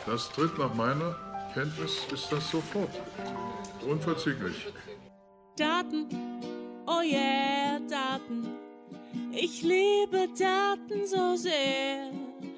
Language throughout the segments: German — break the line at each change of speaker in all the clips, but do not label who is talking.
Das tritt nach meiner Kenntnis ist das sofort. Unverzüglich.
Daten, oh yeah, Daten. Ich liebe Daten so sehr.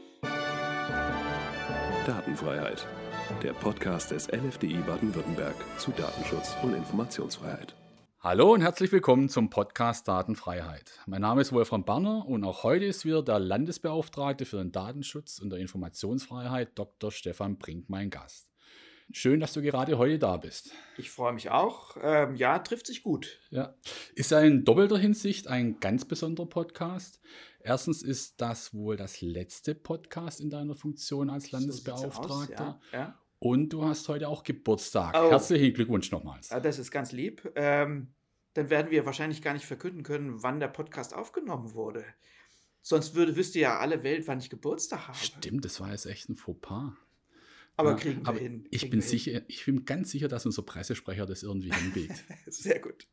Datenfreiheit. Der Podcast des LFDI Baden-Württemberg zu Datenschutz und Informationsfreiheit.
Hallo und herzlich willkommen zum Podcast Datenfreiheit. Mein Name ist Wolfram Berner und auch heute ist wieder der Landesbeauftragte für den Datenschutz und der Informationsfreiheit, Dr. Stefan Brink, mein Gast. Schön, dass du gerade heute da bist.
Ich freue mich auch. Ja, trifft sich gut.
Ja. Ist ja in doppelter Hinsicht ein ganz besonderer Podcast. Erstens ist das wohl das letzte Podcast in deiner Funktion als Landesbeauftragter.
So ja.
Und du hast heute auch Geburtstag.
Oh.
Herzlichen Glückwunsch nochmals.
Ja, das ist ganz lieb. Dann werden wir wahrscheinlich gar nicht verkünden können, wann der Podcast aufgenommen wurde. Sonst wüsste ja alle Welt, wann ich Geburtstag habe.
Stimmt, das war jetzt echt ein Fauxpas.
Aber kriegen wir hin.
Ich bin ganz sicher, dass unser Pressesprecher das irgendwie hinbiegt.
Sehr gut.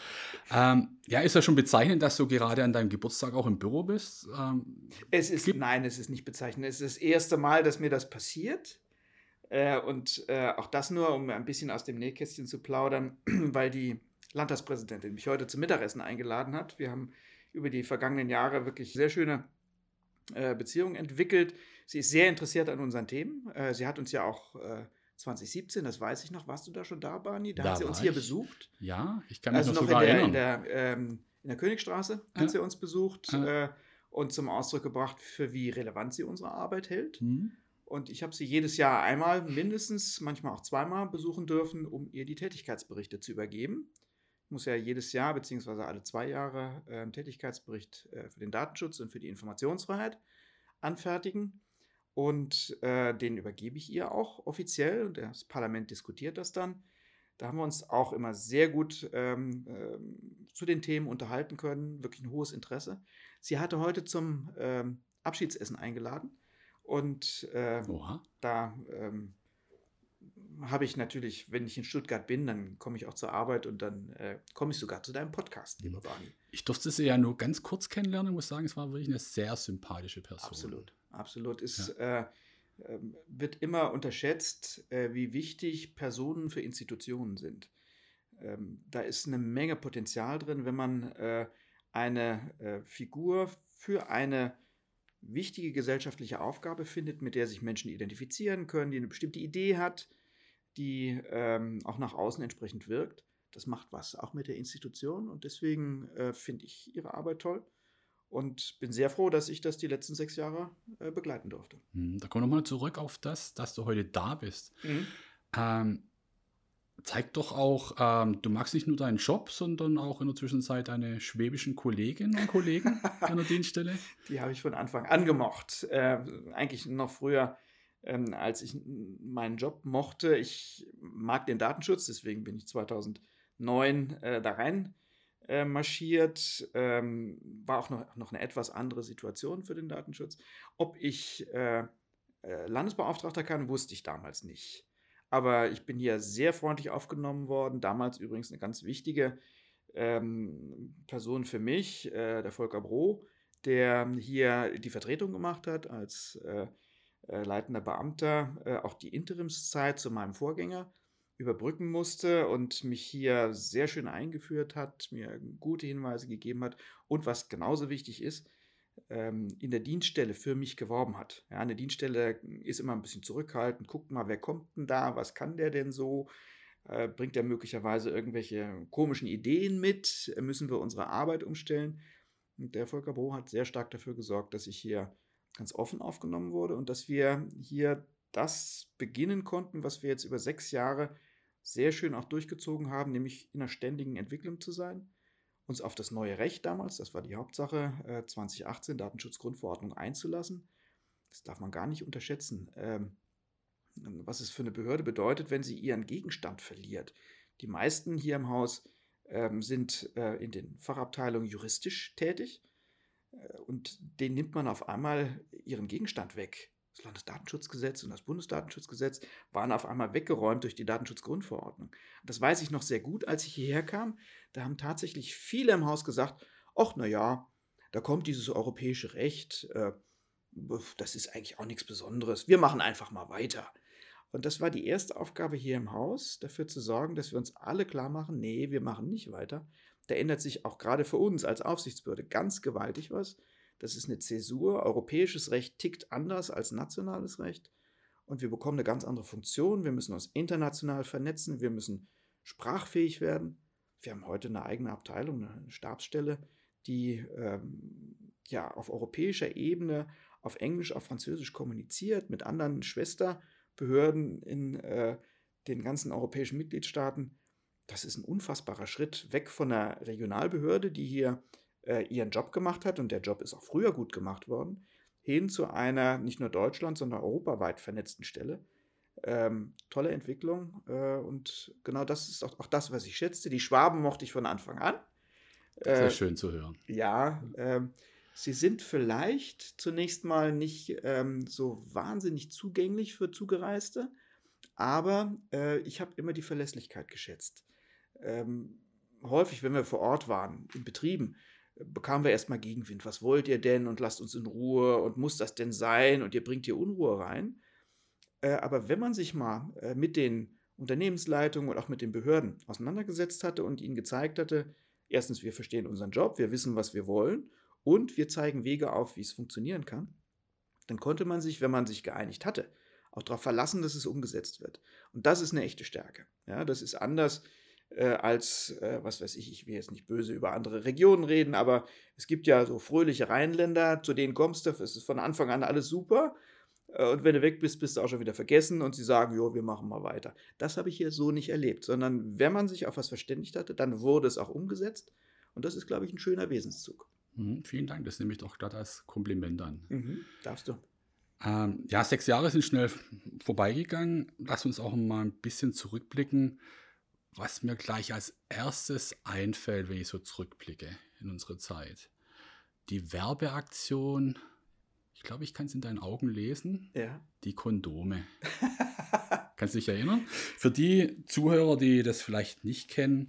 Ja, ist ja schon bezeichnend, dass du gerade an deinem Geburtstag auch im Büro bist.
Es ist nicht bezeichnend. Es ist das erste Mal, dass mir das passiert. Und auch das nur, um ein bisschen aus dem Nähkästchen zu plaudern, weil die Landtagspräsidentin mich heute zum Mittagessen eingeladen hat. Wir haben über die vergangenen Jahre wirklich sehr schöne Beziehungen entwickelt. Sie ist sehr interessiert an unseren Themen. Sie hat uns ja auch 2017, das weiß ich noch, warst du da schon da, Barney? Da hat sie uns hier besucht.
Ja, ich kann mich
noch
sogar erinnern.
In der Königstraße hat sie uns besucht und zum Ausdruck gebracht, für wie relevant sie unsere Arbeit hält.
Mhm.
Und ich habe sie jedes Jahr einmal, mindestens, manchmal auch zweimal besuchen dürfen, um ihr die Tätigkeitsberichte zu übergeben. Ich muss ja jedes Jahr bzw. alle 2 Jahre einen Tätigkeitsbericht für den Datenschutz und für die Informationsfreiheit anfertigen. Und den übergebe ich ihr auch offiziell und das Parlament diskutiert das dann. Da haben wir uns auch immer sehr gut zu den Themen unterhalten können, wirklich ein hohes Interesse. Sie hatte heute zum Abschiedsessen eingeladen und da habe ich natürlich, wenn ich in Stuttgart bin, dann komme ich auch zur Arbeit und dann komme ich sogar zu deinem Podcast, lieber Barney.
Ich durfte sie ja nur ganz kurz kennenlernen und muss sagen, es war wirklich eine sehr sympathische Person.
Absolut. Es wird immer unterschätzt, wie wichtig Personen für Institutionen sind. Da ist eine Menge Potenzial drin, wenn man eine Figur für eine wichtige gesellschaftliche Aufgabe findet, mit der sich Menschen identifizieren können, die eine bestimmte Idee hat, die auch nach außen entsprechend wirkt. Das macht was, auch mit der Institution. Und deswegen finde ich ihre Arbeit toll. Und bin sehr froh, dass ich das die letzten 6 Jahre begleiten durfte.
Da kommen wir nochmal zurück auf das, dass du heute da bist. Zeigt doch auch, du magst nicht nur deinen Job, sondern auch in der Zwischenzeit deine schwäbischen Kolleginnen und Kollegen an der Dienststelle.
Die habe ich von Anfang an gemocht. Eigentlich noch früher, als ich meinen Job mochte. Ich mag den Datenschutz, deswegen bin ich 2009 da rein marschiert. War auch noch eine etwas andere Situation für den Datenschutz. Ob ich Landesbeauftragter kann, wusste ich damals nicht. Aber ich bin hier sehr freundlich aufgenommen worden. Damals übrigens eine ganz wichtige Person für mich, der Volker Broh, der hier die Vertretung gemacht hat als leitender Beamter, auch die Interimszeit zu meinem Vorgänger überbrücken musste und mich hier sehr schön eingeführt hat, mir gute Hinweise gegeben hat und was genauso wichtig ist, in der Dienststelle für mich geworben hat. Ja, eine Dienststelle ist immer ein bisschen zurückhaltend, guckt mal, wer kommt denn da, was kann der denn so, bringt er möglicherweise irgendwelche komischen Ideen mit, müssen wir unsere Arbeit umstellen. Und der Volker Broh hat sehr stark dafür gesorgt, dass ich hier ganz offen aufgenommen wurde und dass wir hier das beginnen konnten, was wir jetzt über 6 Jahre sehr schön auch durchgezogen haben, nämlich in einer ständigen Entwicklung zu sein, uns auf das neue Recht damals, das war die Hauptsache, 2018, Datenschutzgrundverordnung einzulassen. Das darf man gar nicht unterschätzen, was es für eine Behörde bedeutet, wenn sie ihren Gegenstand verliert. Die meisten hier im Haus sind in den Fachabteilungen juristisch tätig und denen nimmt man auf einmal ihren Gegenstand weg. Das Landesdatenschutzgesetz und das Bundesdatenschutzgesetz waren auf einmal weggeräumt durch die Datenschutzgrundverordnung. Das weiß ich noch sehr gut, als ich hierher kam. Da haben tatsächlich viele im Haus gesagt, ach na ja, da kommt dieses europäische Recht, das ist eigentlich auch nichts Besonderes. Wir machen einfach mal weiter. Und das war die erste Aufgabe hier im Haus, dafür zu sorgen, dass wir uns alle klar machen, nee, wir machen nicht weiter. Da ändert sich auch gerade für uns als Aufsichtsbehörde ganz gewaltig was. Das ist eine Zäsur. Europäisches Recht tickt anders als nationales Recht. Und wir bekommen eine ganz andere Funktion. Wir müssen uns international vernetzen. Wir müssen sprachfähig werden. Wir haben heute eine eigene Abteilung, eine Stabsstelle, die auf europäischer Ebene auf Englisch, auf Französisch kommuniziert mit anderen Schwesterbehörden in den ganzen europäischen Mitgliedstaaten. Das ist ein unfassbarer Schritt weg von einer Regionalbehörde, die hier ihren Job gemacht hat, und der Job ist auch früher gut gemacht worden, hin zu einer nicht nur Deutschland, sondern europaweit vernetzten Stelle. Tolle Entwicklung, und genau das ist auch das, was ich schätzte. Die Schwaben mochte ich von Anfang an.
Das ist schön zu hören.
Ja, sie sind vielleicht zunächst mal nicht so wahnsinnig zugänglich für Zugereiste, aber ich habe immer die Verlässlichkeit geschätzt. Häufig, wenn wir vor Ort waren, in Betrieben, bekamen wir erstmal Gegenwind. Was wollt ihr denn? Und lasst uns in Ruhe. Und muss das denn sein? Und ihr bringt hier Unruhe rein. Aber wenn man sich mal mit den Unternehmensleitungen und auch mit den Behörden auseinandergesetzt hatte und ihnen gezeigt hatte, erstens, wir verstehen unseren Job, wir wissen, was wir wollen, und wir zeigen Wege auf, wie es funktionieren kann, dann konnte man sich, wenn man sich geeinigt hatte, auch darauf verlassen, dass es umgesetzt wird. Und das ist eine echte Stärke. Ja, das ist anders als, was weiß ich will jetzt nicht böse über andere Regionen reden, aber es gibt ja so fröhliche Rheinländer, zu denen kommst du, es ist von Anfang an alles super, und wenn du weg bist, bist du auch schon wieder vergessen, und sie sagen, jo, wir machen mal weiter. Das habe ich hier so nicht erlebt, sondern wenn man sich auf was verständigt hatte, dann wurde es auch umgesetzt, und das ist, glaube ich, ein schöner Wesenszug.
Vielen Dank, das nehme ich doch glatt als Kompliment an.
Darfst du.
6 Jahre sind schnell vorbeigegangen. Lass uns auch mal ein bisschen zurückblicken, was mir gleich als erstes einfällt, wenn ich so zurückblicke in unsere Zeit. Die Werbeaktion, ich glaube, ich kann es in deinen Augen lesen,
Ja.
die Kondome. Kannst du dich erinnern? Für die Zuhörer, die das vielleicht nicht kennen,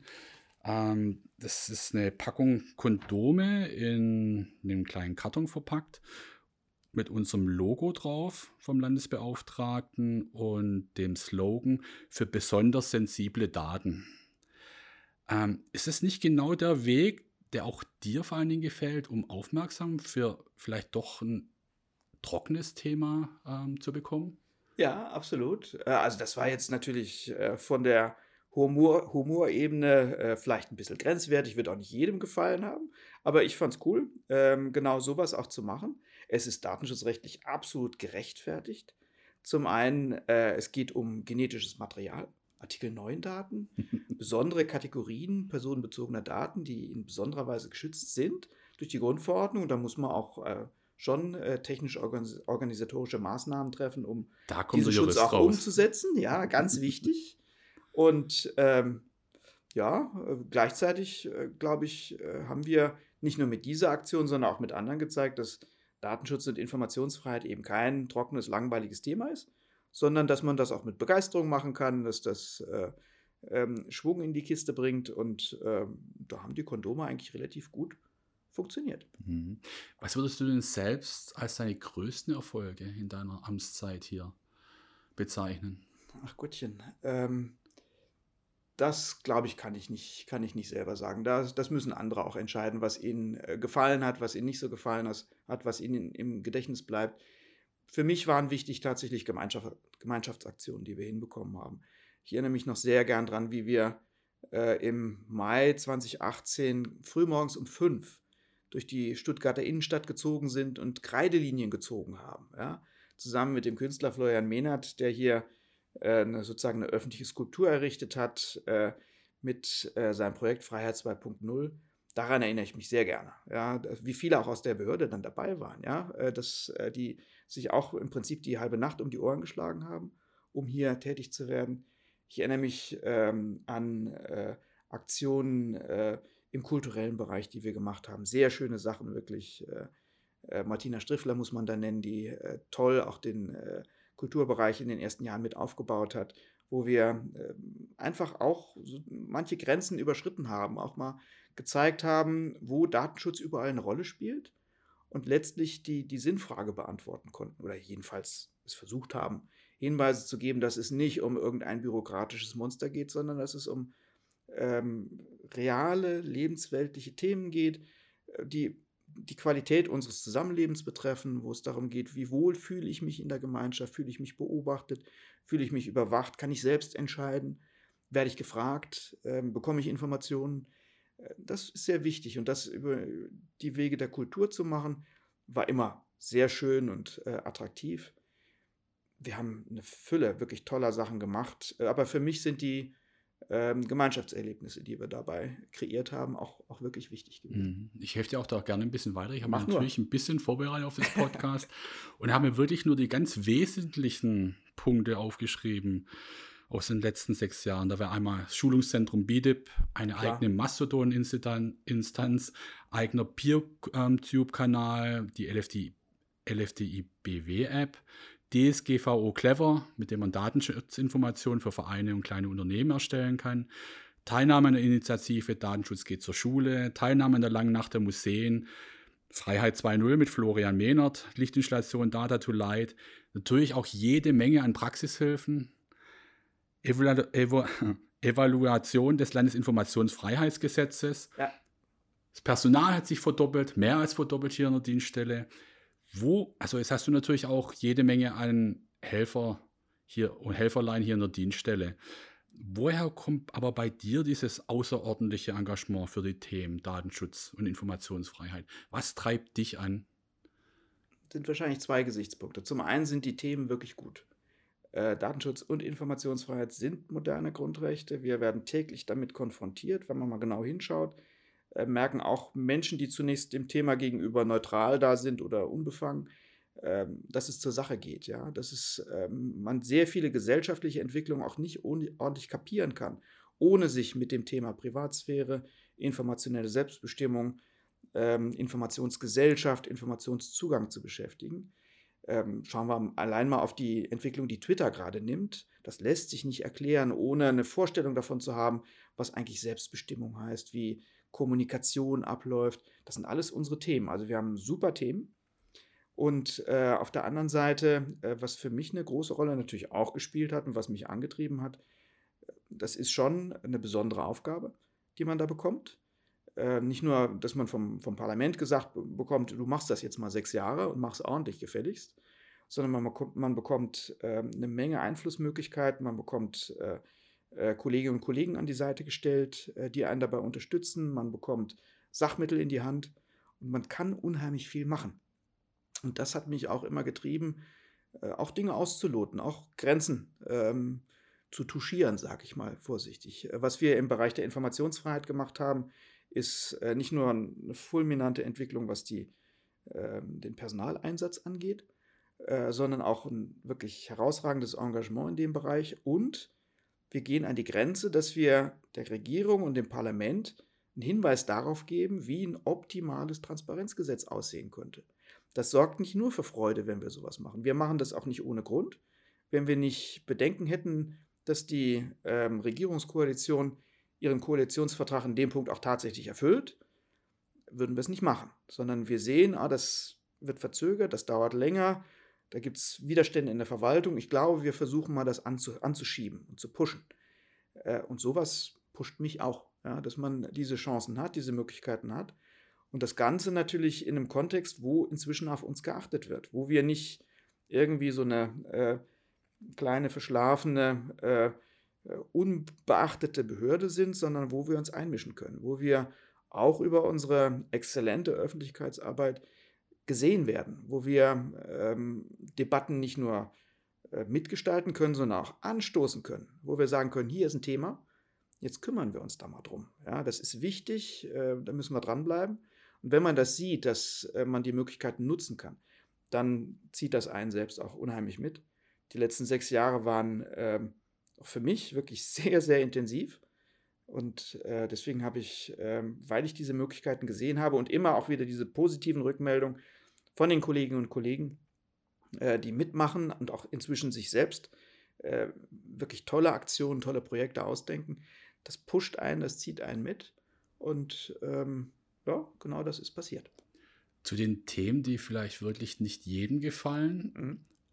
das ist eine Packung Kondome in einem kleinen Karton verpackt, mit unserem Logo drauf vom Landesbeauftragten und dem Slogan für besonders sensible Daten. Ist es nicht genau der Weg, der auch dir vor allen Dingen gefällt, um aufmerksam für vielleicht doch ein trockenes Thema zu bekommen?
Ja, absolut. Also das war jetzt natürlich von der Humorebene vielleicht ein bisschen grenzwertig, wird auch nicht jedem gefallen haben, aber ich fand es cool, genau sowas auch zu machen. Es ist datenschutzrechtlich absolut gerechtfertigt. Zum einen, es geht um genetisches Material, Artikel 9 Daten, besondere Kategorien personenbezogener Daten, die in besonderer Weise geschützt sind durch die Grundverordnung. Da muss man auch schon technisch-organisatorische Maßnahmen treffen, um diesen Schutz auch umzusetzen. Ja, ganz wichtig. Und gleichzeitig, glaube ich, haben wir nicht nur mit dieser Aktion, sondern auch mit anderen gezeigt, dass Datenschutz und Informationsfreiheit eben kein trockenes, langweiliges Thema ist, sondern dass man das auch mit Begeisterung machen kann, dass das Schwung in die Kiste bringt, und da haben die Kondome eigentlich relativ gut funktioniert.
Was würdest du denn selbst als deine größten Erfolge in deiner Amtszeit hier bezeichnen?
Ach Gottchen, das, glaube ich, kann ich nicht selber sagen. Das müssen andere auch entscheiden, was ihnen gefallen hat, was ihnen nicht so gefallen hat, was ihnen im Gedächtnis bleibt. Für mich waren wichtig tatsächlich Gemeinschaftsaktionen, die wir hinbekommen haben. Ich erinnere mich noch sehr gern dran, wie wir im Mai 2018 frühmorgens um 5 durch die Stuttgarter Innenstadt gezogen sind und Kreidelinien gezogen haben. Ja? Zusammen mit dem Künstler Florian Mehnert, der hier sozusagen eine öffentliche Skulptur errichtet hat, mit seinem Projekt Freiheit 2.0. Daran erinnere ich mich sehr gerne. Ja, wie viele auch aus der Behörde dann dabei waren, ja, dass die sich auch im Prinzip die halbe Nacht um die Ohren geschlagen haben, um hier tätig zu werden. Ich erinnere mich an Aktionen im kulturellen Bereich, die wir gemacht haben. Sehr schöne Sachen, wirklich. Martina Striffler muss man da nennen, die toll auch den Kulturbereich in den ersten Jahren mit aufgebaut hat, wo wir einfach auch so manche Grenzen überschritten haben, auch mal gezeigt haben, wo Datenschutz überall eine Rolle spielt und letztlich die Sinnfrage beantworten konnten oder jedenfalls es versucht haben, Hinweise zu geben, dass es nicht um irgendein bürokratisches Monster geht, sondern dass es um reale, lebensweltliche Themen geht, die die Qualität unseres Zusammenlebens betreffen, wo es darum geht, wie wohl fühle ich mich in der Gemeinschaft, fühle ich mich beobachtet, fühle ich mich überwacht, kann ich selbst entscheiden, werde ich gefragt, bekomme ich Informationen. Das ist sehr wichtig und das über die Wege der Kultur zu machen, war immer sehr schön und attraktiv. Wir haben eine Fülle wirklich toller Sachen gemacht, aber für mich sind die Gemeinschaftserlebnisse, die wir dabei kreiert haben, auch wirklich wichtig gewesen.
Ich helfe dir auch da gerne ein bisschen weiter. Ich habe
Mach
mich natürlich ein bisschen vorbereitet auf das Podcast und habe mir wirklich nur die ganz wesentlichen Punkte aufgeschrieben aus den letzten 6 Jahren. Da wäre einmal das Schulungszentrum BIDIP, eine
Klar.
eigene Mastodon-Instanz, eigener PeerTube-Kanal, die LFDI-BW-App, DSGVO Clever, mit dem man Datenschutzinformationen für Vereine und kleine Unternehmen erstellen kann, Teilnahme an der Initiative Datenschutz geht zur Schule, Teilnahme an der Langen Nacht der Museen, Freiheit 2.0 mit Florian Mehnert, Lichtinstallation Data to Light, natürlich auch jede Menge an Praxishilfen, Evaluation des Landesinformationsfreiheitsgesetzes.
Ja.
Das Personal hat sich verdoppelt, mehr als verdoppelt hier in der Dienststelle. Also jetzt hast du natürlich auch jede Menge an Helfer hier und Helferlein hier in der Dienststelle. Woher kommt aber bei dir dieses außerordentliche Engagement für die Themen Datenschutz und Informationsfreiheit? Was treibt dich an?
Das sind wahrscheinlich 2 Gesichtspunkte. Zum einen sind die Themen wirklich gut. Datenschutz und Informationsfreiheit sind moderne Grundrechte. Wir werden täglich damit konfrontiert, wenn man mal genau hinschaut. Merken auch Menschen, die zunächst dem Thema gegenüber neutral da sind oder unbefangen, dass es zur Sache geht. Ja? Dass man sehr viele gesellschaftliche Entwicklungen auch nicht ordentlich kapieren kann, ohne sich mit dem Thema Privatsphäre, informationelle Selbstbestimmung, Informationsgesellschaft, Informationszugang zu beschäftigen. Schauen wir allein mal auf die Entwicklung, die Twitter gerade nimmt. Das lässt sich nicht erklären, ohne eine Vorstellung davon zu haben, was eigentlich Selbstbestimmung heißt, wie Kommunikation abläuft. Das sind alles unsere Themen. Also wir haben super Themen. Und auf der anderen Seite, was für mich eine große Rolle natürlich auch gespielt hat und was mich angetrieben hat, das ist schon eine besondere Aufgabe, die man da bekommt. Nicht nur, dass man vom Parlament gesagt bekommt, du machst das jetzt mal 6 Jahre und machst ordentlich gefälligst, sondern man bekommt eine Menge Einflussmöglichkeiten, man bekommt Kolleginnen und Kollegen an die Seite gestellt, die einen dabei unterstützen, man bekommt Sachmittel in die Hand und man kann unheimlich viel machen. Und das hat mich auch immer getrieben, auch Dinge auszuloten, auch Grenzen zu touchieren, sage ich mal vorsichtig. Was wir im Bereich der Informationsfreiheit gemacht haben, ist nicht nur eine fulminante Entwicklung, was den Personaleinsatz angeht, sondern auch ein wirklich herausragendes Engagement in dem Bereich. Und wir gehen an die Grenze, dass wir der Regierung und dem Parlament einen Hinweis darauf geben, wie ein optimales Transparenzgesetz aussehen könnte. Das sorgt nicht nur für Freude, wenn wir sowas machen. Wir machen das auch nicht ohne Grund. Wenn wir nicht Bedenken hätten, dass die Regierungskoalition ihren Koalitionsvertrag in dem Punkt auch tatsächlich erfüllt, würden wir es nicht machen. Sondern wir sehen, das wird verzögert, das dauert länger, da gibt es Widerstände in der Verwaltung. Ich glaube, wir versuchen mal das anzuschieben und zu pushen. Und sowas pusht mich auch, ja, dass man diese Chancen hat, diese Möglichkeiten hat. Und das Ganze natürlich in einem Kontext, wo inzwischen auf uns geachtet wird, wo wir nicht irgendwie so eine kleine, verschlafene, unbeachtete Behörde sind, sondern wo wir uns einmischen können, wo wir auch über unsere exzellente Öffentlichkeitsarbeit gesehen werden, wo wir Debatten nicht nur mitgestalten können, sondern auch anstoßen können, wo wir sagen können, hier ist ein Thema, jetzt kümmern wir uns da mal drum. Ja, das ist wichtig, da müssen wir dranbleiben. Und wenn man das sieht, dass man die Möglichkeiten nutzen kann, dann zieht das einen selbst auch unheimlich mit. Die letzten 6 Jahre waren auch für mich wirklich sehr, sehr intensiv. Und deswegen habe ich, weil ich diese Möglichkeiten gesehen habe und immer auch wieder diese positiven Rückmeldungen von den Kolleginnen und Kollegen, die mitmachen und auch inzwischen sich selbst wirklich tolle Aktionen, tolle Projekte ausdenken, das pusht einen, das zieht einen mit. Und ja, genau das ist passiert.
Zu den Themen, die vielleicht wirklich nicht jedem gefallen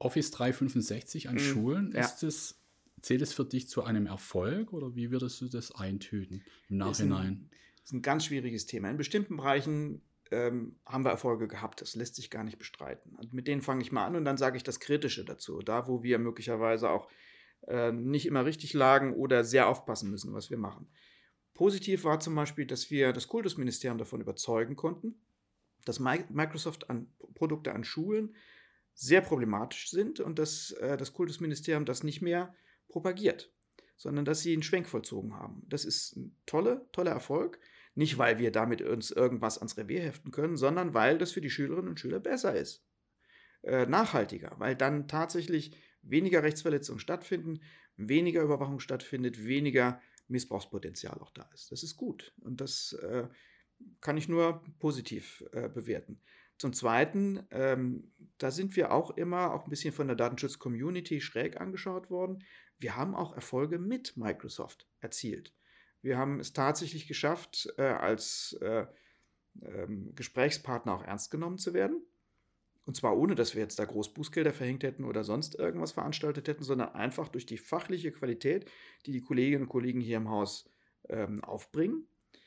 Office 365 an Schulen,
ja.
zählt es für dich zu einem Erfolg oder wie würdest du das eintüten im Nachhinein?
Das ist ein ganz schwieriges Thema. In bestimmten Bereichen haben wir Erfolge gehabt. Das lässt sich gar nicht bestreiten. Und mit denen fange ich mal an und dann sage ich das Kritische dazu. Da, wo wir möglicherweise auch nicht immer richtig lagen oder sehr aufpassen müssen, was wir machen. Positiv war zum Beispiel, dass wir das Kultusministerium davon überzeugen konnten, dass Microsoft-Produkte an Schulen sehr problematisch sind und dass das Kultusministerium das nicht mehr propagiert, sondern dass sie einen Schwenk vollzogen haben. Das ist ein toller Erfolg. Nicht, weil wir damit uns irgendwas ans Revier heften können, sondern weil das für die Schülerinnen und Schüler besser ist. Nachhaltiger, weil dann tatsächlich weniger Rechtsverletzungen stattfinden, weniger Überwachung stattfindet, weniger Missbrauchspotenzial auch da ist. Das ist gut und das kann ich nur positiv bewerten. Zum Zweiten, da sind wir auch immer auch ein bisschen von der Datenschutz-Community schräg angeschaut worden. Wir haben auch Erfolge mit Microsoft erzielt. Wir haben es tatsächlich geschafft, als Gesprächspartner auch ernst genommen zu werden. Und zwar ohne, dass wir jetzt da groß Bußgelder verhängt hätten oder sonst irgendwas veranstaltet hätten, sondern einfach durch die fachliche Qualität, die die Kolleginnen und Kollegen hier im Haus aufbringen,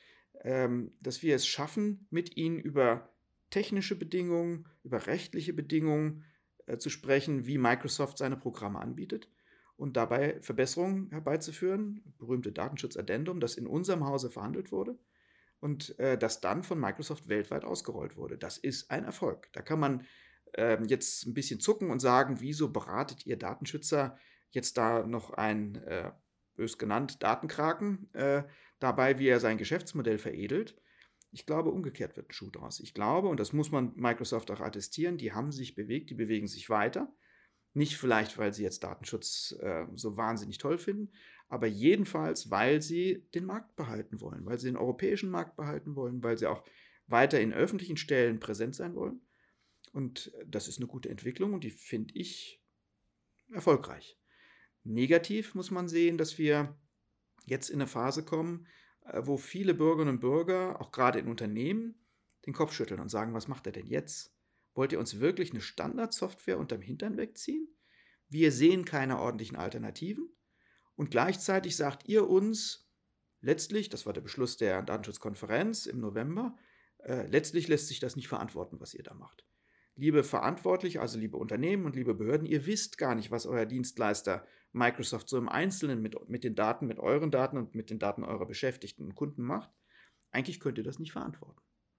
dass wir es schaffen, mit ihnen über technische Bedingungen, über rechtliche Bedingungen zu sprechen, wie Microsoft seine Programme anbietet und dabei Verbesserungen herbeizuführen, berühmte Datenschutzaddendum, das in unserem Hause verhandelt wurde und das dann von Microsoft weltweit ausgerollt wurde. Das ist ein Erfolg. Da kann man jetzt ein bisschen zucken und sagen, wieso beratet ihr Datenschützer jetzt da noch ein, bös genannt, Datenkraken, dabei, wie er sein Geschäftsmodell veredelt. Ich glaube, umgekehrt wird ein Schuh draus. Ich glaube, und das muss man Microsoft auch attestieren, die haben sich bewegt, die bewegen sich weiter. Nicht vielleicht, weil sie jetzt Datenschutz so wahnsinnig toll finden, aber jedenfalls, weil sie den Markt behalten wollen, weil sie den europäischen Markt behalten wollen, weil sie auch weiter in öffentlichen Stellen präsent sein wollen. Und das ist eine gute Entwicklung und die finde ich erfolgreich. Negativ muss man sehen, dass wir jetzt in eine Phase kommen, wo viele Bürgerinnen und Bürger, auch gerade in Unternehmen, den Kopf schütteln und sagen, was macht er denn jetzt? Wollt ihr uns wirklich eine Standardsoftware unterm Hintern wegziehen? Wir sehen keine ordentlichen Alternativen. Und gleichzeitig sagt ihr uns, letztlich, das war der Beschluss der Datenschutzkonferenz im November, letztlich lässt sich das nicht verantworten, was ihr da macht. Liebe Verantwortliche, also liebe Unternehmen und liebe Behörden, ihr wisst gar nicht, was euer Dienstleister Microsoft so im Einzelnen mit den Daten, mit euren Daten und mit den Daten eurer Beschäftigten und Kunden macht. Eigentlich könnt ihr das nicht verantworten.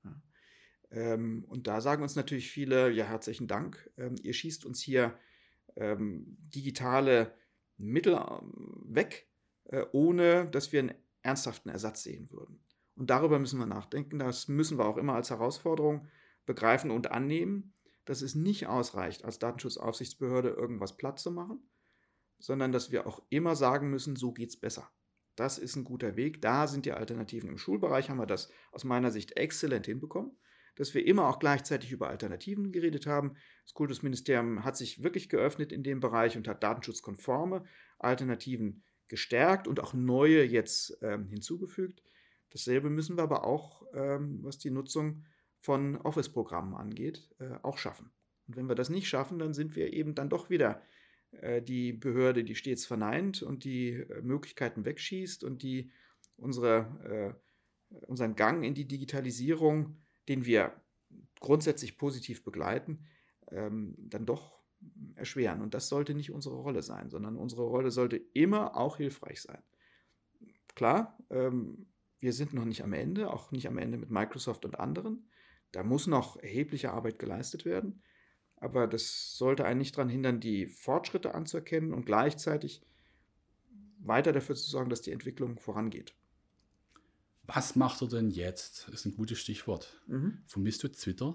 Ja. Und da sagen uns natürlich viele, ja, herzlichen Dank, ihr schießt uns hier digitale Mittel weg, ohne dass wir einen ernsthaften Ersatz sehen würden. Und darüber müssen wir nachdenken, das müssen wir auch immer als Herausforderung begreifen und annehmen, dass es nicht ausreicht, als Datenschutzaufsichtsbehörde irgendwas platt zu machen, sondern dass wir auch immer sagen müssen, so geht es besser. Das ist ein guter Weg, da sind die Alternativen. Im Schulbereich haben wir das aus meiner Sicht exzellent hinbekommen, dass wir immer auch gleichzeitig über Alternativen geredet haben. Das Kultusministerium hat sich wirklich geöffnet in dem Bereich und hat datenschutzkonforme Alternativen gestärkt und auch neue jetzt hinzugefügt. Dasselbe müssen wir aber auch, was die Nutzung von Office-Programmen angeht, auch schaffen. Und wenn wir das nicht schaffen, dann sind wir eben dann doch wieder die Behörde, die stets verneint und die Möglichkeiten wegschießt und die unseren Gang in die Digitalisierung, den wir grundsätzlich positiv begleiten, dann doch erschweren. Und das sollte nicht unsere Rolle sein, sondern unsere Rolle sollte immer auch hilfreich sein. Klar, wir sind noch nicht am Ende, auch nicht am Ende mit Microsoft und anderen. Da muss noch erhebliche Arbeit geleistet werden, aber das sollte einen nicht daran hindern, die Fortschritte anzuerkennen und gleichzeitig weiter dafür zu sorgen, dass die Entwicklung vorangeht.
Was macht er denn jetzt? Ist ein gutes Stichwort. Vermisst du Twitter?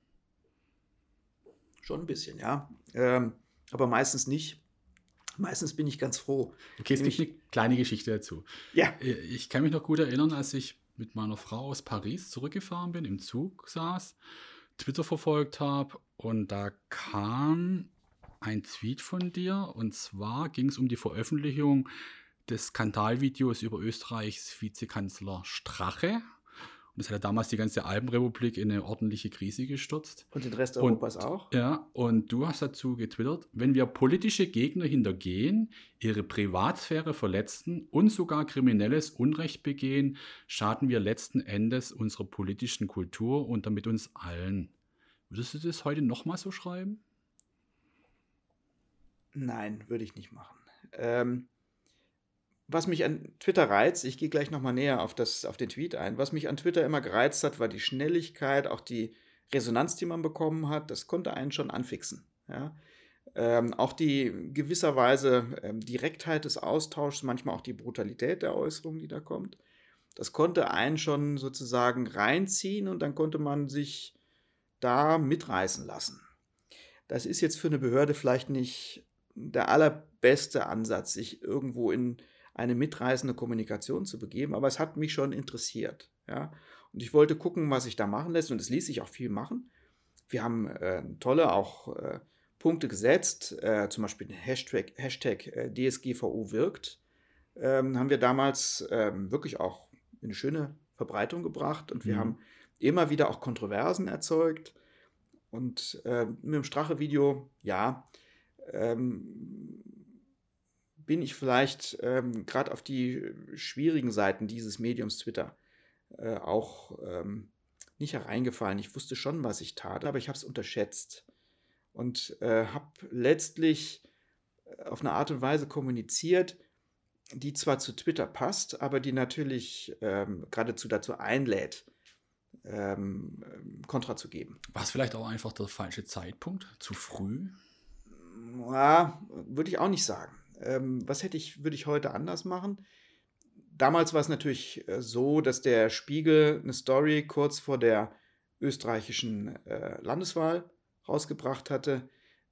Schon ein bisschen, ja. Aber meistens nicht. Meistens bin ich ganz froh.
Okay, es gibt eine kleine Geschichte dazu.
Ja.
Ich kann mich noch gut erinnern, als ich mit meiner Frau aus Paris zurückgefahren bin, im Zug saß, Twitter verfolgt habe und da kam ein Tweet von dir und zwar ging es um die Veröffentlichung des Skandalvideos über Österreichs Vizekanzler Strache Und das hat ja damals die ganze Alpenrepublik in eine ordentliche Krise gestürzt.
Und den Rest Europas auch.
Ja, und du hast dazu getwittert, wenn wir politische Gegner hintergehen, ihre Privatsphäre verletzen und sogar kriminelles Unrecht begehen, schaden wir letzten Endes unserer politischen Kultur und damit uns allen. Würdest du das heute nochmal so schreiben?
Nein, würde ich nicht machen. Was mich an Twitter reizt, ich gehe gleich nochmal näher auf den Tweet ein, was mich an Twitter immer gereizt hat, war die Schnelligkeit, auch die Resonanz, die man bekommen hat, das konnte einen schon anfixen. Ja? Auch die gewisserweise Direktheit des Austauschs, manchmal auch die Brutalität der Äußerung, die da kommt, das konnte einen schon sozusagen reinziehen und dann konnte man sich da mitreißen lassen. Das ist jetzt für eine Behörde vielleicht nicht der allerbeste Ansatz, sich irgendwo in eine mitreißende Kommunikation zu begeben, aber es hat mich schon interessiert. Ja? Und ich wollte gucken, was sich da machen lässt und es ließ sich auch viel machen. Wir haben tolle auch Punkte gesetzt, zum Beispiel den Hashtag DSGVO wirkt, haben wir damals wirklich auch in eine schöne Verbreitung gebracht und wir haben immer wieder auch Kontroversen erzeugt und mit dem Strache-Video, ja, bin ich vielleicht gerade auf die schwierigen Seiten dieses Mediums Twitter auch nicht hereingefallen. Ich wusste schon, was ich tat, aber ich habe es unterschätzt und habe letztlich auf eine Art und Weise kommuniziert, die zwar zu Twitter passt, aber die natürlich geradezu dazu einlädt, Kontra zu geben.
War es vielleicht auch einfach der falsche Zeitpunkt? Zu früh?
Ja, würde ich auch nicht sagen. Was würde ich heute anders machen? Damals war es natürlich so, dass der Spiegel eine Story kurz vor der österreichischen Landeswahl rausgebracht hatte,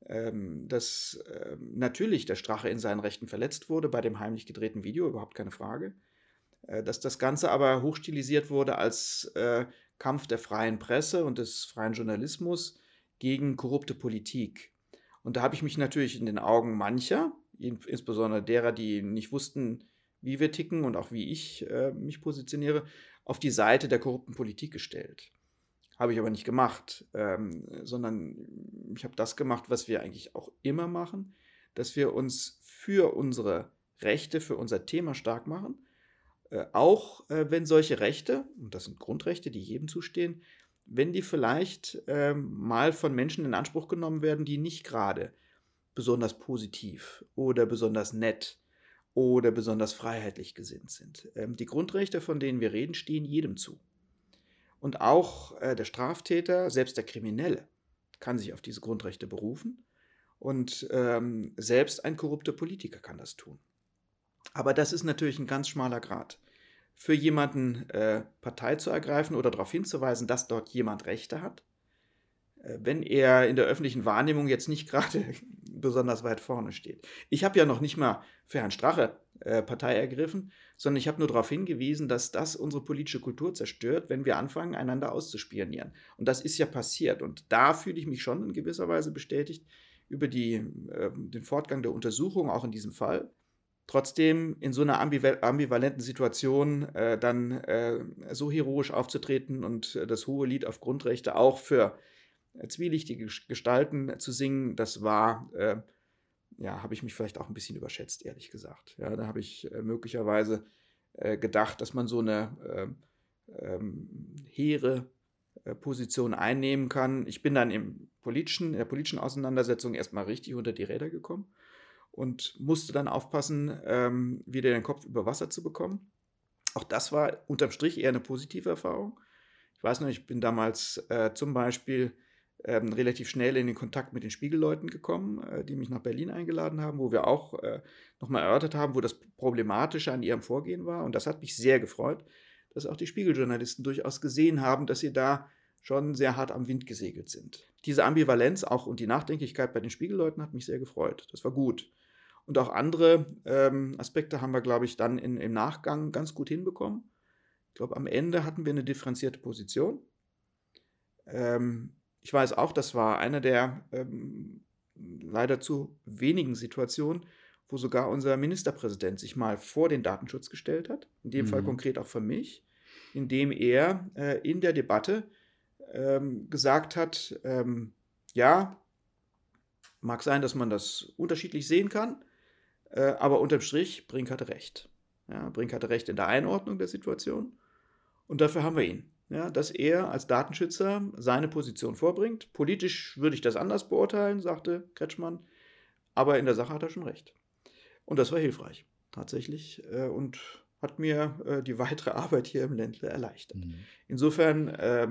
dass natürlich der Strache in seinen Rechten verletzt wurde bei dem heimlich gedrehten Video, überhaupt keine Frage. Dass das Ganze aber hochstilisiert wurde als Kampf der freien Presse und des freien Journalismus gegen korrupte Politik. Und da habe ich mich natürlich in den Augen mancher, insbesondere derer, die nicht wussten, wie wir ticken und auch wie ich mich positioniere, auf die Seite der korrupten Politik gestellt. Habe ich aber nicht gemacht, sondern ich habe das gemacht, was wir eigentlich auch immer machen, dass wir uns für unsere Rechte, für unser Thema stark machen, auch wenn solche Rechte, und das sind Grundrechte, die jedem zustehen, wenn die vielleicht mal von Menschen in Anspruch genommen werden, die nicht gerade besonders positiv oder besonders nett oder besonders freiheitlich gesinnt sind. Die Grundrechte, von denen wir reden, stehen jedem zu. Und auch der Straftäter, selbst der Kriminelle, kann sich auf diese Grundrechte berufen. Und selbst ein korrupter Politiker kann das tun. Aber das ist natürlich ein ganz schmaler Grat. Für jemanden Partei zu ergreifen oder darauf hinzuweisen, dass dort jemand Rechte hat, wenn er in der öffentlichen Wahrnehmung jetzt nicht gerade besonders weit vorne steht. Ich habe ja noch nicht mal für Herrn Strache Partei ergriffen, sondern ich habe nur darauf hingewiesen, dass das unsere politische Kultur zerstört, wenn wir anfangen, einander auszuspionieren. Und das ist ja passiert. Und da fühle ich mich schon in gewisser Weise bestätigt über den Fortgang der Untersuchung, auch in diesem Fall. Trotzdem in so einer ambivalenten Situation dann so heroisch aufzutreten und das hohe Lied auf Grundrechte auch für zwielichtige Gestalten zu singen, das war, habe ich mich vielleicht auch ein bisschen überschätzt, ehrlich gesagt. Ja, da habe ich möglicherweise gedacht, dass man so eine hehre Position einnehmen kann. Ich bin dann in der politischen Auseinandersetzung erstmal richtig unter die Räder gekommen und musste dann aufpassen, wieder den Kopf über Wasser zu bekommen. Auch das war unterm Strich eher eine positive Erfahrung. Ich weiß noch, ich bin damals zum Beispiel relativ schnell in den Kontakt mit den Spiegelleuten gekommen, die mich nach Berlin eingeladen haben, wo wir auch nochmal erörtert haben, wo das Problematische an ihrem Vorgehen war. Und das hat mich sehr gefreut, dass auch die Spiegeljournalisten durchaus gesehen haben, dass sie da schon sehr hart am Wind gesegelt sind. Diese Ambivalenz auch und die Nachdenklichkeit bei den Spiegelleuten hat mich sehr gefreut. Das war gut. Und auch andere Aspekte haben wir, glaube ich, dann im Nachgang ganz gut hinbekommen. Ich glaube, am Ende hatten wir eine differenzierte Position. Ich weiß auch, das war eine der leider zu wenigen Situationen, wo sogar unser Ministerpräsident sich mal vor den Datenschutz gestellt hat. In dem Fall konkret auch für mich. indem er in der Debatte gesagt hat, ja, mag sein, dass man das unterschiedlich sehen kann, aber unterm Strich, Brink hatte recht. Ja, Brink hatte recht in der Einordnung der Situation und dafür haben wir ihn. Ja, dass er als Datenschützer seine Position vorbringt. Politisch würde ich das anders beurteilen, sagte Kretschmann, aber in der Sache hat er schon recht. Und das war hilfreich, tatsächlich, und hat mir die weitere Arbeit hier im Ländle erleichtert. Insofern,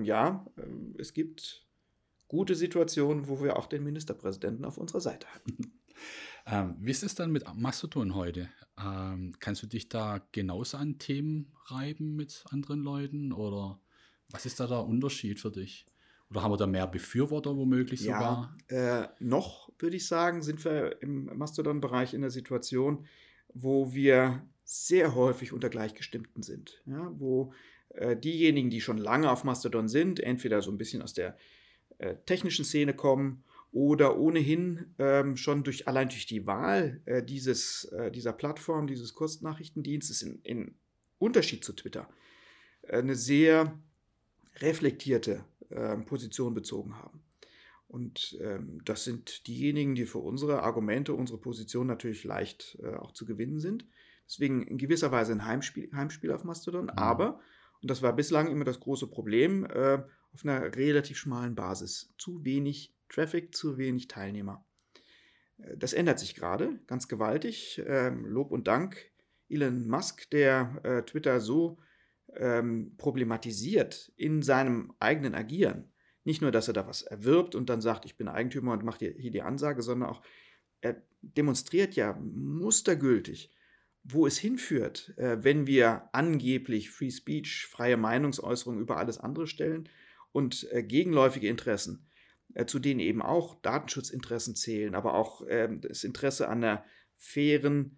es gibt gute Situationen, wo wir auch den Ministerpräsidenten auf unserer Seite haben.
Wie ist es dann mit Mastodon heute? Kannst du dich da genauso an Themen reiben mit anderen Leuten oder was ist da der Unterschied für dich? Oder haben wir da mehr Befürworter womöglich sogar?
Noch, würde ich sagen, sind wir im Mastodon-Bereich in der Situation, wo wir sehr häufig unter Gleichgestimmten sind. Ja, wo diejenigen, die schon lange auf Mastodon sind, entweder so ein bisschen aus der technischen Szene kommen oder ohnehin schon allein durch die Wahl dieser Plattform, dieses Kurznachrichtendienstes in Unterschied zu Twitter, eine sehr reflektierte Position bezogen haben. Und das sind diejenigen, die für unsere Argumente, unsere Position natürlich leicht auch zu gewinnen sind. Deswegen in gewisser Weise ein Heimspiel auf Mastodon, aber, und das war bislang immer das große Problem, auf einer relativ schmalen Basis. Zu wenig Traffic, zu wenig Teilnehmer. Das ändert sich gerade ganz gewaltig. Lob und Dank Elon Musk, der Twitter so problematisiert in seinem eigenen Agieren. Nicht nur, dass er da was erwirbt und dann sagt, ich bin Eigentümer und macht hier die Ansage, sondern auch, er demonstriert ja mustergültig, wo es hinführt, wenn wir angeblich Free Speech, freie Meinungsäußerung über alles andere stellen und gegenläufige Interessen, zu denen eben auch Datenschutzinteressen zählen, aber auch das Interesse an einer fairen,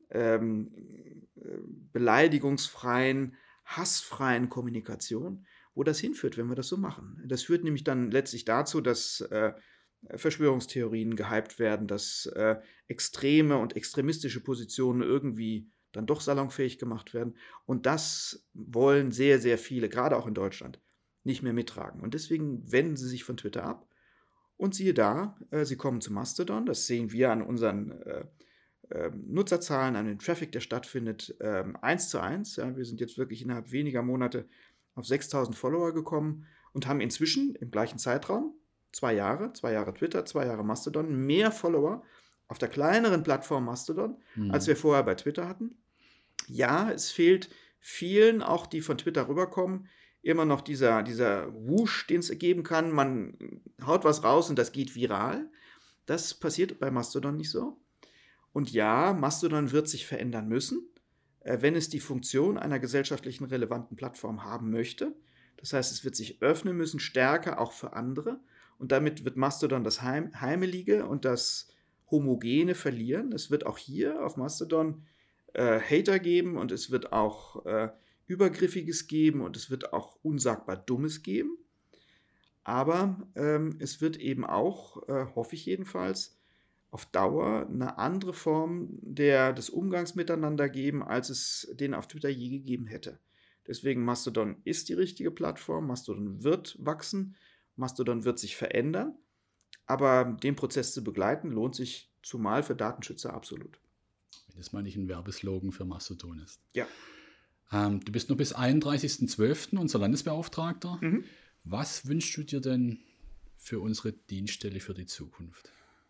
beleidigungsfreien, hassfreien Kommunikation, wo das hinführt, wenn wir das so machen. Das führt nämlich dann letztlich dazu, dass Verschwörungstheorien gehypt werden, dass extreme und extremistische Positionen irgendwie dann doch salonfähig gemacht werden. Und das wollen sehr, sehr viele, gerade auch in Deutschland, nicht mehr mittragen. Und deswegen wenden sie sich von Twitter ab. Und siehe da, sie kommen zu Mastodon. Das sehen wir an unseren Nutzerzahlen, an dem Traffic, der stattfindet, 1:1. Ja, wir sind jetzt wirklich innerhalb weniger Monate auf 6.000 Follower gekommen und haben inzwischen im gleichen Zeitraum, 2 Jahre Twitter, 2 Jahre Mastodon, mehr Follower auf der kleineren Plattform Mastodon, als wir vorher bei Twitter hatten. Ja, es fehlt vielen, auch die von Twitter rüberkommen, immer noch dieser Whoosh, den es geben kann. Man haut was raus und das geht viral. Das passiert bei Mastodon nicht so. Und ja, Mastodon wird sich verändern müssen, wenn es die Funktion einer gesellschaftlichen relevanten Plattform haben möchte. Das heißt, es wird sich öffnen müssen, stärker auch für andere. Und damit wird Mastodon das Heimelige und das Homogene verlieren. Es wird auch hier auf Mastodon Hater geben und es wird auch Übergriffiges geben und es wird auch unsagbar Dummes geben. Aber es wird eben auch, hoffe ich jedenfalls, auf Dauer eine andere Form des Umgangs miteinander geben, als es den auf Twitter je gegeben hätte. Deswegen Mastodon ist die richtige Plattform, Mastodon wird wachsen, Mastodon wird sich verändern, aber den Prozess zu begleiten lohnt sich zumal für Datenschützer absolut.
Wenn das mal nicht ein Werbeslogan für Mastodon ist.
Ja.
Du bist nur bis 31.12. unser Landesbeauftragter.
Mhm.
Was wünschst du dir denn für unsere Dienststelle für die Zukunft?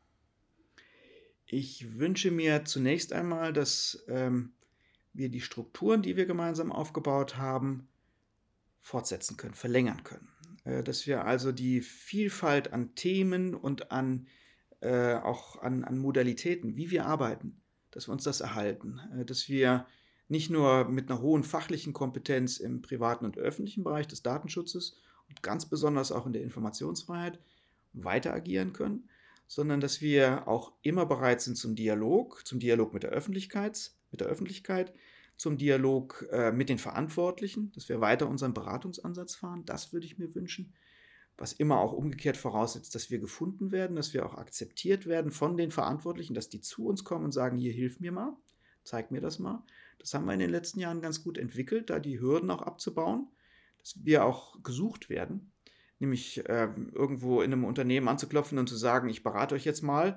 Ich wünsche mir zunächst einmal, dass wir die Strukturen, die wir gemeinsam aufgebaut haben, fortsetzen können, verlängern können. Dass wir also die Vielfalt an Themen und auch an Modalitäten, wie wir arbeiten, dass wir uns das erhalten. Dass wir nicht nur mit einer hohen fachlichen Kompetenz im privaten und öffentlichen Bereich des Datenschutzes und ganz besonders auch in der Informationsfreiheit weiter agieren können, sondern dass wir auch immer bereit sind zum Dialog mit der Öffentlichkeit, zum Dialog mit den Verantwortlichen, dass wir weiter unseren Beratungsansatz fahren. Das würde ich mir wünschen, was immer auch umgekehrt voraussetzt, dass wir gefunden werden, dass wir auch akzeptiert werden von den Verantwortlichen, dass die zu uns kommen und sagen, hier, hilf mir mal, zeig mir das mal. Das haben wir in den letzten Jahren ganz gut entwickelt, da die Hürden auch abzubauen. dass wir auch gesucht werden, nämlich irgendwo in einem Unternehmen anzuklopfen und zu sagen, ich berate euch jetzt mal,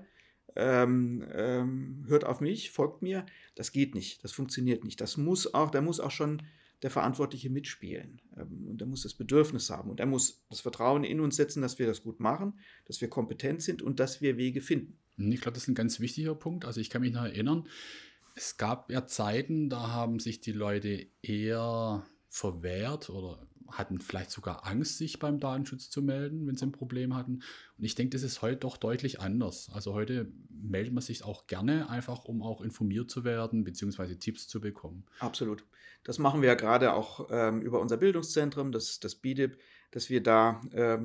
hört auf mich, folgt mir. Das geht nicht, das funktioniert nicht. Da muss auch schon der Verantwortliche mitspielen. Und er muss das Bedürfnis haben und er muss das Vertrauen in uns setzen, dass wir das gut machen, dass wir kompetent sind und dass wir Wege finden.
Ich glaube, das ist ein ganz wichtiger Punkt. Also ich kann mich noch erinnern, es gab ja Zeiten, da haben sich die Leute eher verwehrt oder hatten vielleicht sogar Angst, sich beim Datenschutz zu melden, wenn sie ein Problem hatten. Und ich denke, das ist heute doch deutlich anders. Also heute meldet man sich auch gerne, einfach um auch informiert zu werden, beziehungsweise Tipps zu bekommen.
Absolut. Das machen wir ja gerade auch über unser Bildungszentrum, das BiDIB, dass wir da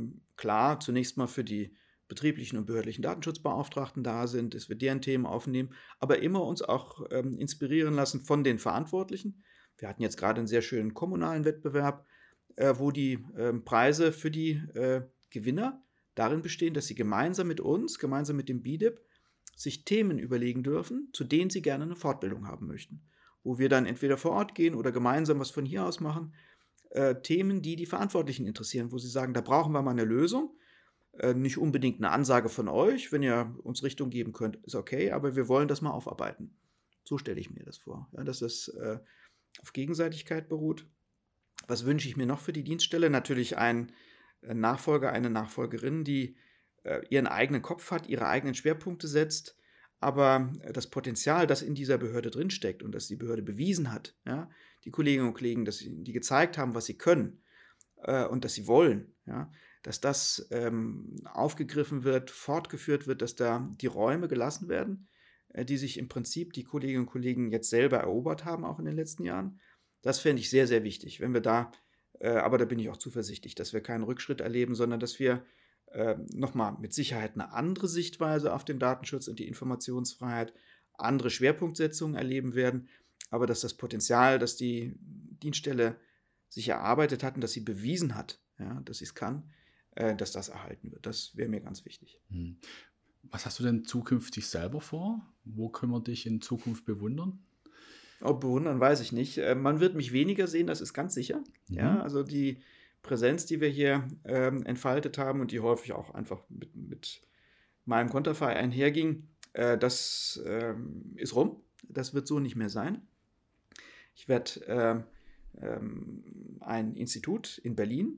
klar zunächst mal für die betrieblichen und behördlichen Datenschutzbeauftragten da sind, dass wir deren Themen aufnehmen, aber immer uns auch inspirieren lassen von den Verantwortlichen. Wir hatten jetzt gerade einen sehr schönen kommunalen Wettbewerb, wo die Preise für die Gewinner darin bestehen, dass sie gemeinsam mit uns, gemeinsam mit dem BiDIB, sich Themen überlegen dürfen, zu denen sie gerne eine Fortbildung haben möchten. Wo wir dann entweder vor Ort gehen oder gemeinsam was von hier aus machen. Themen, die die Verantwortlichen interessieren, wo sie sagen, da brauchen wir mal eine Lösung. Nicht unbedingt eine Ansage von euch, wenn ihr uns Richtung geben könnt, ist okay, aber wir wollen das mal aufarbeiten. So stelle ich mir das vor, ja, dass das auf Gegenseitigkeit beruht. Was wünsche ich mir noch für die Dienststelle? Natürlich ein Nachfolger, eine Nachfolgerin, die ihren eigenen Kopf hat, ihre eigenen Schwerpunkte setzt, aber das Potenzial, das in dieser Behörde drinsteckt und das die Behörde bewiesen hat, ja, die Kolleginnen und Kollegen, die gezeigt haben, was sie können und dass sie wollen, ja, dass das aufgegriffen wird, fortgeführt wird, dass da die Räume gelassen werden, die sich im Prinzip die Kolleginnen und Kollegen jetzt selber erobert haben, auch in den letzten Jahren. Das fände ich sehr, sehr wichtig, wenn wir da, aber da bin ich auch zuversichtlich, dass wir keinen Rückschritt erleben, sondern dass wir nochmal mit Sicherheit eine andere Sichtweise auf den Datenschutz und die Informationsfreiheit, andere Schwerpunktsetzungen erleben werden, aber dass das Potenzial, das die Dienststelle sich erarbeitet hat und dass sie bewiesen hat, ja, dass sie es kann, dass das erhalten wird. Das wäre mir ganz wichtig.
Was hast du denn zukünftig selber vor? Wo können wir dich in Zukunft bewundern?
Ob bewundern, weiß ich nicht. Man wird mich weniger sehen, das ist ganz sicher. Ja, also die Präsenz, die wir hier entfaltet haben und die häufig auch einfach mit meinem Konterfei einherging, das ist rum. Das wird so nicht mehr sein. Ich werde ein Institut in Berlin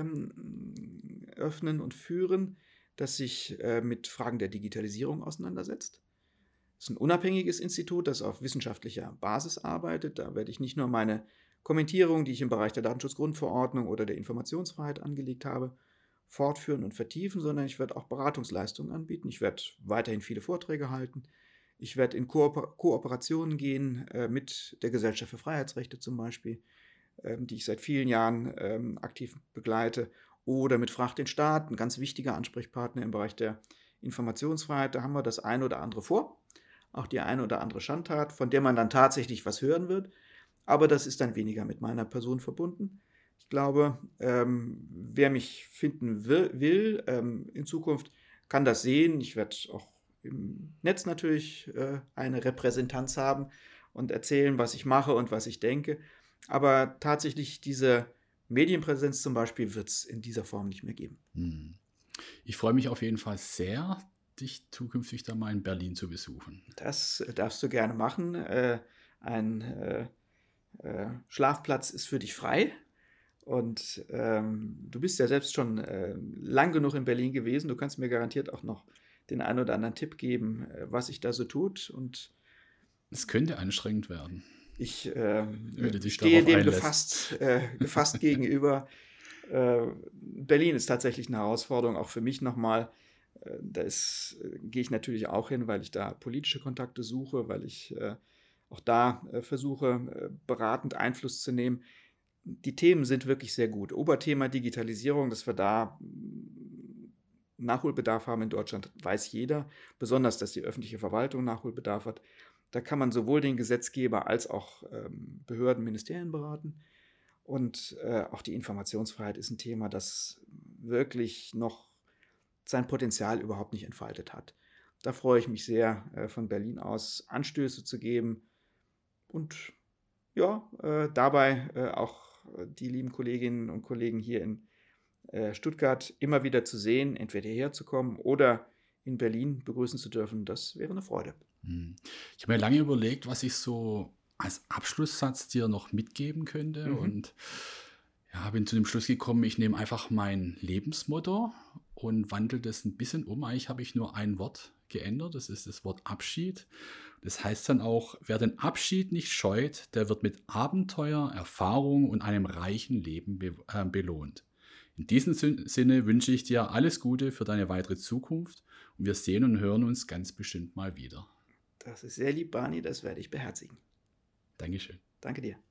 öffnen und führen, das sich mit Fragen der Digitalisierung auseinandersetzt. Es ist ein unabhängiges Institut, das auf wissenschaftlicher Basis arbeitet. Da werde ich nicht nur meine Kommentierungen, die ich im Bereich der Datenschutzgrundverordnung oder der Informationsfreiheit angelegt habe, fortführen und vertiefen, sondern ich werde auch Beratungsleistungen anbieten. Ich werde weiterhin viele Vorträge halten. Ich werde in Kooperationen gehen mit der Gesellschaft für Freiheitsrechte zum Beispiel, die ich seit vielen Jahren aktiv begleite, oder mit Frag den Staat, ein ganz wichtiger Ansprechpartner im Bereich der Informationsfreiheit. Da haben wir das eine oder andere vor, auch die eine oder andere Schandtat, von der man dann tatsächlich was hören wird. Aber das ist dann weniger mit meiner Person verbunden. Ich glaube, wer mich finden will in Zukunft, kann das sehen. Ich werde auch im Netz natürlich eine Repräsentanz haben und erzählen, was ich mache und was ich denke. Aber tatsächlich diese Medienpräsenz zum Beispiel wird es in dieser Form nicht mehr geben.
Ich freue mich auf jeden Fall sehr, dich zukünftig dann mal in Berlin zu besuchen.
Das darfst du gerne machen. Ein Schlafplatz ist für dich frei. Und du bist ja selbst schon lang genug in Berlin gewesen. Du kannst mir garantiert auch noch den einen oder anderen Tipp geben, was sich da so tut. Und
es könnte anstrengend werden.
Ich
stehe
dem gefasst gegenüber. Berlin ist tatsächlich eine Herausforderung, auch für mich nochmal. Da gehe ich natürlich auch hin, weil ich da politische Kontakte suche, weil ich auch da versuche, beratend Einfluss zu nehmen. Die Themen sind wirklich sehr gut. Oberthema Digitalisierung, dass wir da Nachholbedarf haben in Deutschland, weiß jeder. Besonders, dass die öffentliche Verwaltung Nachholbedarf hat. Da kann man sowohl den Gesetzgeber als auch Behörden, Ministerien beraten. Und auch die Informationsfreiheit ist ein Thema, das wirklich noch sein Potenzial überhaupt nicht entfaltet hat. Da freue ich mich sehr, von Berlin aus Anstöße zu geben und ja, dabei auch die lieben Kolleginnen und Kollegen hier in Stuttgart immer wieder zu sehen, entweder hierher zu kommen oder in Berlin begrüßen zu dürfen. Das wäre eine Freude.
Ich habe mir lange überlegt, was ich so als Abschlusssatz dir noch mitgeben könnte und bin zu dem Schluss gekommen, ich nehme einfach mein Lebensmotto und wandle das ein bisschen um. Eigentlich habe ich nur ein Wort geändert, das ist das Wort Abschied. Das heißt dann auch, wer den Abschied nicht scheut, der wird mit Abenteuer, Erfahrung und einem reichen Leben belohnt. In diesem Sinne wünsche ich dir alles Gute für deine weitere Zukunft und wir sehen und hören uns ganz bestimmt mal wieder.
Das ist sehr lieb, Barney, das werde ich beherzigen.
Dankeschön.
Danke dir.